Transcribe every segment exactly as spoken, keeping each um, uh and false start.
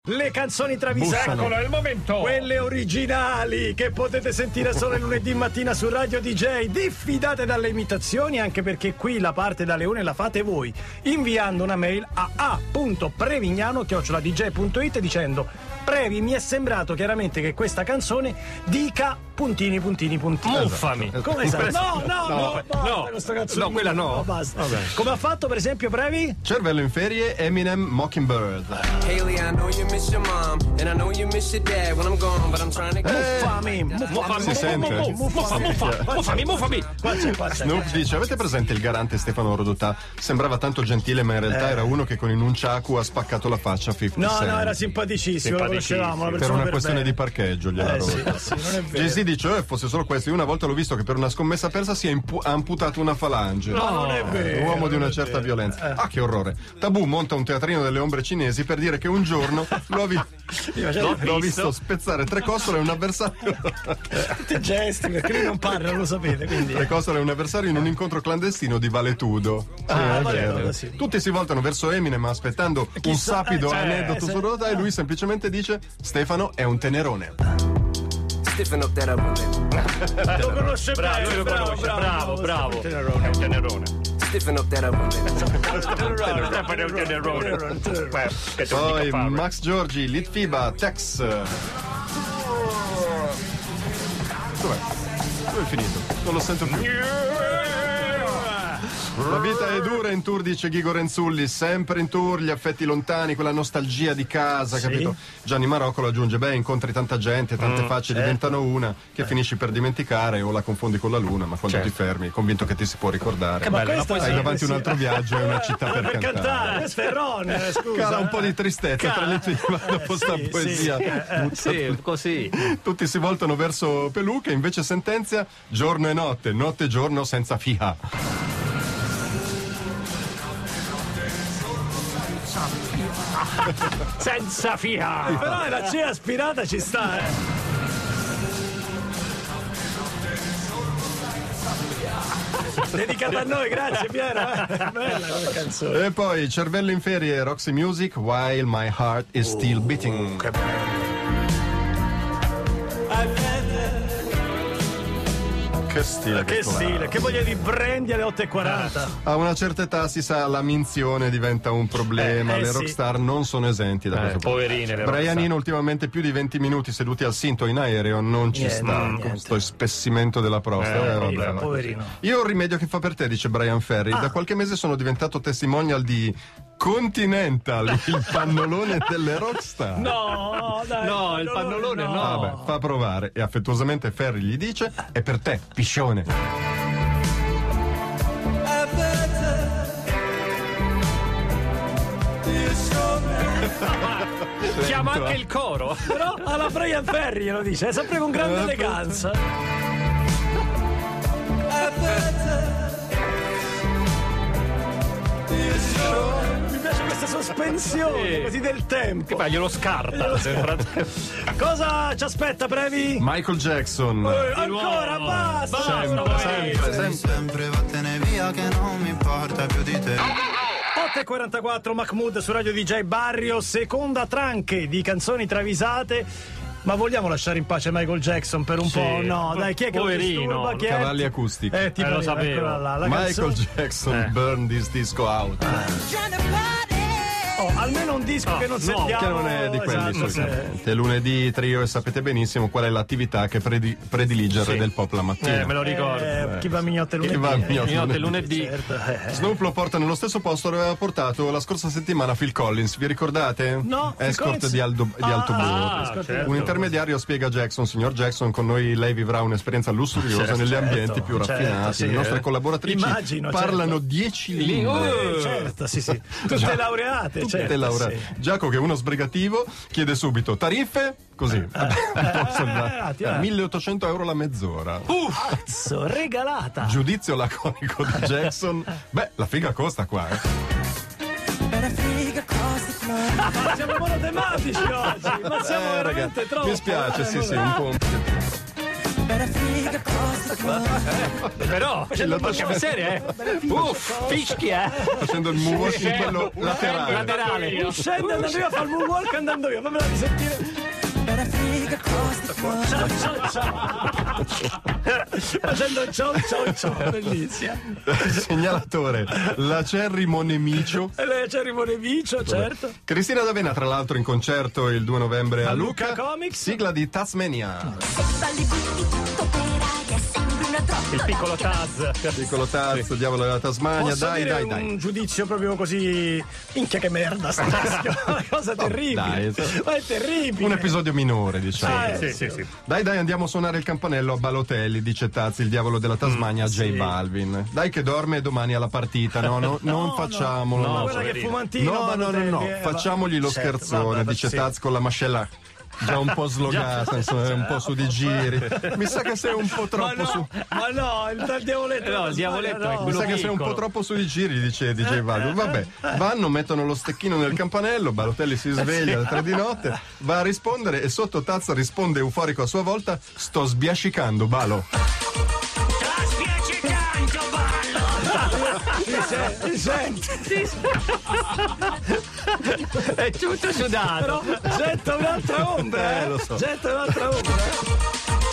Le canzoni travisate, eccolo, è il momento. Quelle originali che potete sentire solo il lunedì mattina su Radio D J. Diffidate dalle imitazioni, anche perché qui la parte da leone la fate voi, inviando una mail a a punto prevignano chiocciola d j punto it dicendo: Previ, mi è sembrato chiaramente che questa canzone dica puntini puntini puntini. Muffami. Esatto. Come sai? No, no, no, no, basta, no, questa canzone. no, quella no. No, basta. Vabbè. Come ha fatto per esempio Previ? Cervello in ferie, Eminem, Mockingbird. Haley, I know you miss your mom, and I know you miss your dad when I'm gone, but I'm trying to get Muffami, muffami, Si sente? Muffami, muffami, muffami. Qua c'è, qua c'è. Snoop dice: avete presente il garante Stefano Rodotà? Sembrava tanto gentile, ma in realtà Eh. era uno che con in un ciacu ha spaccato la faccia a cinquanta No, Cent. no, era simpaticissimo, lo conoscevamo, una Per persona una questione bene. di parcheggio gliela Eh, rotto. sì, sì, non è vero. Jay-Z dice: eh, fosse solo questo. Io una volta l'ho visto che per una scommessa persa si è impu- ha amputato una falange. Ma non è vero. Un uomo di non una è certa vero. violenza. Ah, che orrore. Tabù monta un teatrino delle ombre cinesi per dire che un giorno lo ha, vi- L'ho l'ho visto spezzare tre costole e un avversario. Tutti i gesti, perché lui non parla, lo sapete, quindi. Tre costole e un avversario in un incontro clandestino di Valetudo. Sì, Ah, è Valetudo, vero. sì. Tutti si voltano verso Eminem aspettando un chissà, sapido eh, cioè, aneddoto se- su Rodotà e lui semplicemente dice: Stefano è un tenerone. stiffen up that upper lip. Lo conosce Bravo, bene, lui lo bravo, conosce, bravo, bravo, bravo. Tenerone. È un tenerone. Stiffen up that upper lip. È un tenerone. Beh, che te lo Poi dica Fabio. Max Giorgi, Litfiba, Tex. Dov'è? Dove è finito? Non lo sento più. La vita è dura in tour, dice Ghigo Renzulli, sempre in tour, gli affetti lontani, quella nostalgia di casa, Sì. capito? Gianni Marocco lo aggiunge: beh, incontri tanta gente, tante facce diventano una, che finisci per dimenticare o la confondi con la luna, ma quando Certo. ti fermi, convinto che ti si può ricordare. Eh, ma Bello, questo ma poi hai sì, davanti sì. un altro viaggio e una città per, per cantare. Questo è Ron, eh, scusa. Cala un po' di tristezza tra Litfiba dopo sta sì, poesia. Sì, così. Tutti si voltano verso Pelù, che invece sentenzia: giorno e notte, notte e giorno senza fiha. Senza fia. Però la C aspirata ci sta, eh. Dedicata a noi, grazie Piera. eh. Bella quella canzone. E poi Cervello in ferie, Roxy Music, While My Heart is Still Beating. Che bello. Che stile, Che qua. stile, che voglia di brandy alle otto e quaranta. A una certa età si sa, la minzione diventa un problema. Eh, eh, le sì. rockstar non sono esenti da Eh, questo punto. poverine le Brianino ultimamente più di venti minuti seduti al cinto in aereo non ci Niente, sta niente. con sto spessimento della prostata. Eh, eh, vabbè, Poverino, vabbè. poverino. Io ho un rimedio che fa per te, dice Brian Ferry. Ah. Da qualche mese sono diventato testimonial di Continental, il pannolone delle rockstar. No, dai. No, il pannolone no. Vabbè, fa provare. E affettuosamente Ferry gli dice: è per te, piscione. Chiama anche il coro. Però alla Brian Ferry lo dice, è sempre con grande eleganza. Mi piace questa sospensione Sì. così del tempo. Che bello, glielo scarta. Sembra... Cosa ci aspetta, Previ? Michael Jackson. Eh, ancora, nuovo. basta! Basta, basta, vai. Sempre, sempre. Sempre vattene via che non mi importa più di te. otto e quarantaquattro Mahmood su Radio D J Barrio, seconda tranche di canzoni travisate. Ma vogliamo lasciare in pace Michael Jackson per un Sì. po'? No, dai, chi è che lo Poverino, disturba? Chi è? cavalli acustici. Eh, ti Eh, lo pareva, sapevo. eccola là, la Michael canzone. Jackson, Eh. Burn This Disco Out. Oh, almeno un disco Ah, che non no, sentiamo. Che non è di quelli Esatto, sì. solitamente. Lunedì trio, e sapete benissimo qual è l'attività che predi- predilige il re Sì. del pop la mattina. Eh, me lo ricordo. Eh, chi va a mignotte lunedì? Chi va a mignotte Io lunedì. lunedì. Certo, eh. Snoop lo porta nello stesso posto dove aveva portato la scorsa settimana Phil Collins, vi ricordate? No, Phil Escort Collins? di, Aldo, di Ah, Alto ah, Borgo. Escort certo. Un intermediario spiega a Jackson: signor Jackson, con noi lei vivrà un'esperienza lussuriosa Certo, negli certo, ambienti più certo, raffinati. sì, Le nostre eh. collaboratrici Immagino, parlano certo. dieci Lì- lingue. Eh, certo, sì, sì. Tutte Già. laureate, Tutte certo. laureate. sì. Giacomo, che è uno sbrigativo, chiede subito tariffe, così. Vabbè, un po' soldati. eh, eh. milleottocento euro la mezz'ora. Cazzo, regalata. Giudizio laconico di Jackson. Beh, la figa costa qua, eh. Siamo monotematici oggi, ma siamo Eh, veramente raga, troppo. mi spiace, eh, sì, sì, vabbè. un po'. Better think across the floor. Però, porca miseria, eh. Uff, fischia, eh. Facendo il moonwalk quello laterale. Laterale. Scende andando io a fare il moonwalk andando io, fammela risentire. Better think across the floor. Ciao ciao ciao. Facendo ciao ciao ciao, bellissima. Segnalatore, l'acerrimo nemicio. E lei c'è Rimone Vicio, certo. Cristina D'Avena, tra l'altro, in concerto il due novembre a, A Lucca. Lucca Comics. Sigla di Tasmania. Il piccolo Taz. Piccolo Taz, diavolo della Tasmania. Posso dai, dire dai, un dai. giudizio proprio così. Minchia che merda sta maschio. Una cosa terribile. dai. Ma è terribile. Un episodio minore, diciamo. Ah, eh, Sì, sì, sì. Dai, dai, andiamo a suonare il campanello a Balotelli, dice Taz, il diavolo della Tasmania, a J sì. Balvin. Dai che dorme domani alla partita, no, no, non No, facciamolo. No, no. quella che poverino. fumantino. No, ma no, no, no, Balotelli, eh, facciamogli lo certo, scherzone, vabbè, dice sì. Taz con la mascella già un po' slogata, insomma, un po' su di giri. Mi sa che sei un po' Ma troppo no, su. ma no, il, il diavoletto. No, il diavoletto è no. Mi quello sa che sei un po' piccolo. troppo su di giri, dice D J Balvin. Vabbè, vanno, mettono lo stecchino nel campanello, Balotelli si sveglia alle tre di notte, va a rispondere e sotto Taz risponde euforico a sua volta: sto sbiascicando, Balo. Ti senti? È tutto sudato. Però getta un'altra ombra, eh? Eh, lo so. Getta un'altra ombra, eh?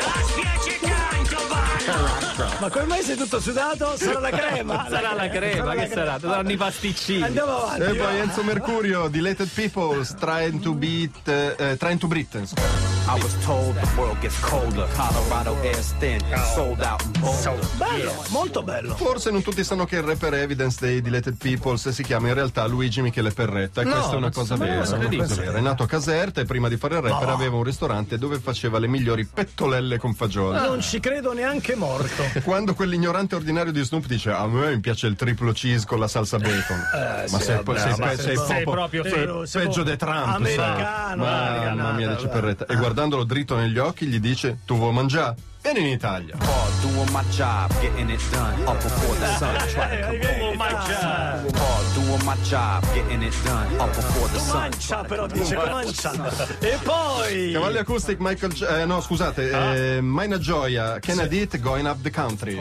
Ma come mai sei tutto sudato? Sarà la crema? Sarà la crema, che sarà? Saranno i pasticcini. Andiamo avanti. E poi va. Enzo Mercurio, Deleted Peoples, Trying to Beat, eh, Trying to Britain. I was told the world gets colder. Colorado air's thin, sold out in Boulder. Bello, molto bello. Forse non tutti sanno che il rapper Evidence dei Deleted Peoples si chiama in realtà Luigi Michele Perretta, e No, questa è una non cosa so, vera. non so, una cosa incredibile. vera. È nato a Caserta e prima di fare il rapper aveva un ristorante dove faceva le migliori pettolelle con fagioli. Non ci credo neanche morto. Quando quell'ignorante ordinario di Snoop dice a me mi piace il triplo cheese con la salsa bacon, ma sì, sei, vabbè, sei, ma sei, sei sei proprio, proprio sei vero, sei peggio proprio di Trump, americano, sai. americano, Mamma mia, dice vabbè. Perretta, e guardandolo dritto negli occhi gli dice tu vuoi mangiare? Vieni in Italia. Hard doing my job, getting it done. Up before the sun, try to come Oh my God. hard doing my job, getting it done. Up before the sun. Comancia però, dice comancia. E poi Cavalli Acoustic, Michael J- eh, no scusate, eh, Mina Gioia, Can I Did, Going Up the Country.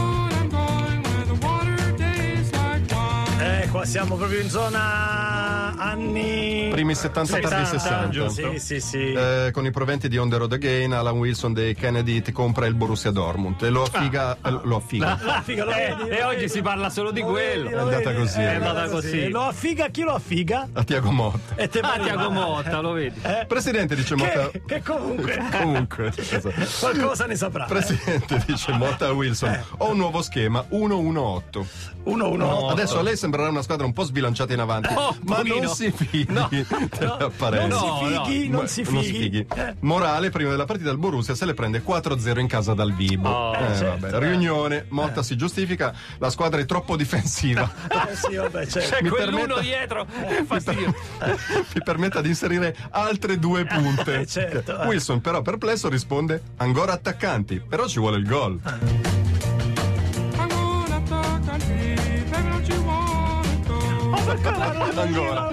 Eh, qua siamo proprio in zona anni Primi settanta, tardi sessanta. Sì, sì, sì. Eh, con i proventi di On the Road Again, Alan Wilson dei Kennedy ti compra il Borussia Dortmund e lo affiga, eh, lo affiga. Ah, figa, lo Eh, vedi, e lo oggi vedi. si parla solo di Lo quello. vedi, lo È andata vedi. così. È È andata così. Lo affiga, chi lo affiga? A Tiago Motta. E te Ah, pare Tiago male. Motta, lo vedi? Eh? Presidente dice Motta. Che, che comunque Comunque, esatto. qualcosa ne saprà. Presidente dice Motta a Wilson, ho un nuovo schema uno uno otto. uno uno Adesso a lei sembrerà una squadra un po' sbilanciata in avanti, Oh, ma pochino. non si fighi No. dell'apparenza. Non No, si fighi, Ma- non si fighi. Eh. Morale, prima della partita il Borussia se le prende quattro zero in casa dal Vibo. Oh, Eh, certo. vabbè, riunione, Motta si giustifica, la squadra è troppo difensiva. Eh sì, vabbè, certo. C'è Mi quell'uno permetta- dietro, che fastidio. Mi permetta di inserire altre due punte. Eh, certo, eh. Wilson però perplesso risponde ancora attaccanti, però ci vuole il gol. Ancora.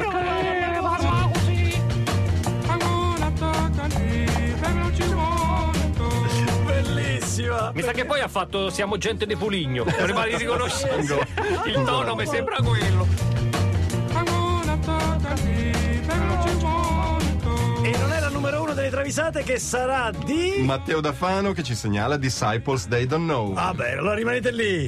Bellissima. Mi sa che poi ha fatto Siamo gente di Puligno. Prima di riconoscere il tono mi sembra quello. E non è la numero uno delle travisate che sarà di... Matteo Dafano che ci segnala Disciples They Don't Know. Va bene, allora rimanete lì.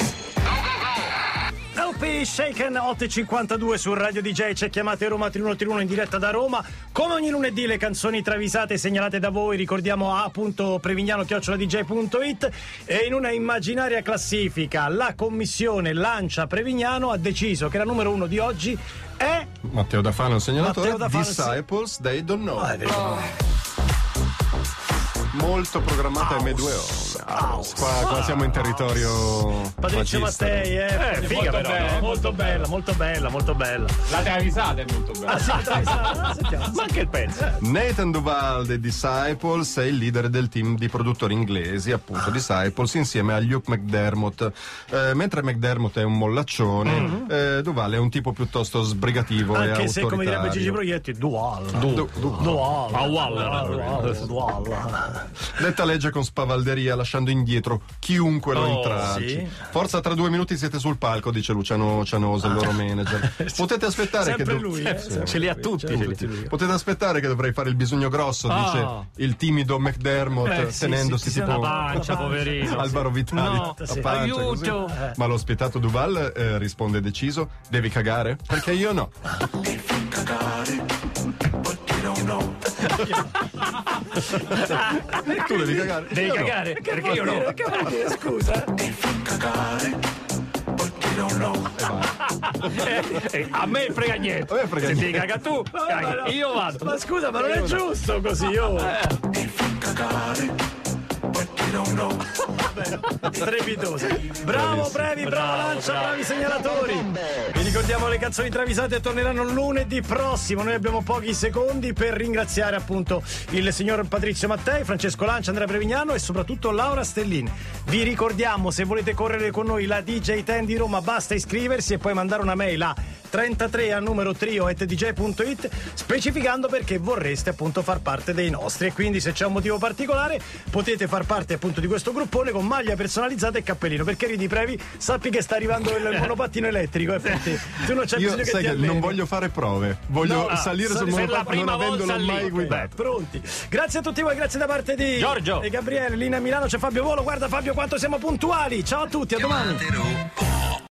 L P Shaken otto e cinquantadue su Radio D J, c'è chiamate Roma trentuno trentuno in diretta da Roma. Come ogni lunedì le canzoni travisate segnalate da voi, ricordiamo a punto prevignano chiocciola d j punto it, e in una immaginaria classifica la commissione Lancia Prevignano ha deciso che la numero uno di oggi è... Matteo Dafano, il segnalatore. Matteo Dafano, Disciples They Don't Know. Ah, è vero. Molto programmata M due O. House. House. Qua, qua siamo in territorio Patrizio fascista. Mattei, eh. Eh, figa molto però, bella, no? molto bella, molto bella, molto bella. La travisata è molto bella. Ah, sì, dai, sa- sentiamo. Ma anche il pezzo. Nathan Duval dei Disciples è il leader del team di produttori inglesi, appunto Disciples, insieme a Luke McDermott. Eh, mentre McDermott è un mollaccione, Mm-hmm. eh, Duval è un tipo piuttosto sbrigativo e Anche se, come direbbe autoritario. Gigi Proietti, dual. Du- du- Dual. Ah, ual. Dual. Dual. Detta legge con spavalderia, lasciando indietro chiunque lo Oh, intralci. sì. Forza, tra due minuti siete sul palco, dice Luciano Cianosa, il loro manager. Potete aspettare Sempre che... lui, eh, sempre Ce li ha lui, tutti. sempre ce li- lui. Potete aspettare che dovrei fare il bisogno grosso, Ah. dice il timido McDermott, Eh, sì, tenendosi sì, sì, tipo sì, La pancia, poverino. Alvaro Vitali, No, la sì. pancia, Aiuto. così. Ma l'ospitato Duval eh, risponde deciso: devi cagare? Perché io no. Tu devi cagare? Devi Io no. cagare, perché io no. Che vuol dire, scusa? Eh, eh, a me frega niente. A me frega Se niente. ti caga tu, caghi. Ma no. Io vado. Ma scusa, ma non è giusto così, oh. Strepitoso. Bravo, bravi, bravo Lancia, bravi segnalatori. Vi ricordiamo le canzoni travisate torneranno lunedì prossimo. Noi abbiamo pochi secondi per ringraziare appunto il signor Patrizio Mattei, Francesco Lancia, Andrea Prevignano e soprattutto Laura Stellini. Vi ricordiamo, se volete correre con noi la D J Ten di Roma, basta iscriversi e poi mandare una mail a trentatré a numero trio at d j punto it specificando perché vorreste appunto far parte dei nostri, e quindi se c'è un motivo particolare potete far parte appunto di questo gruppone con maglia personalizzata e cappellino. Perché ridi, Previ? Sappi che sta arrivando il monopattino elettrico, eh, per te. Tu non c'è Io bisogno che sai ti che alleni. non voglio fare prove, voglio No, salire ah, sul per la monopattino prima non avendolo volta mai lì. guidato. Pronti. Grazie a tutti voi, grazie da parte di Giorgio e Gabriele. Lì a Milano c'è Fabio Volo. Guarda Fabio quanto siamo puntuali. Ciao a tutti, a domani.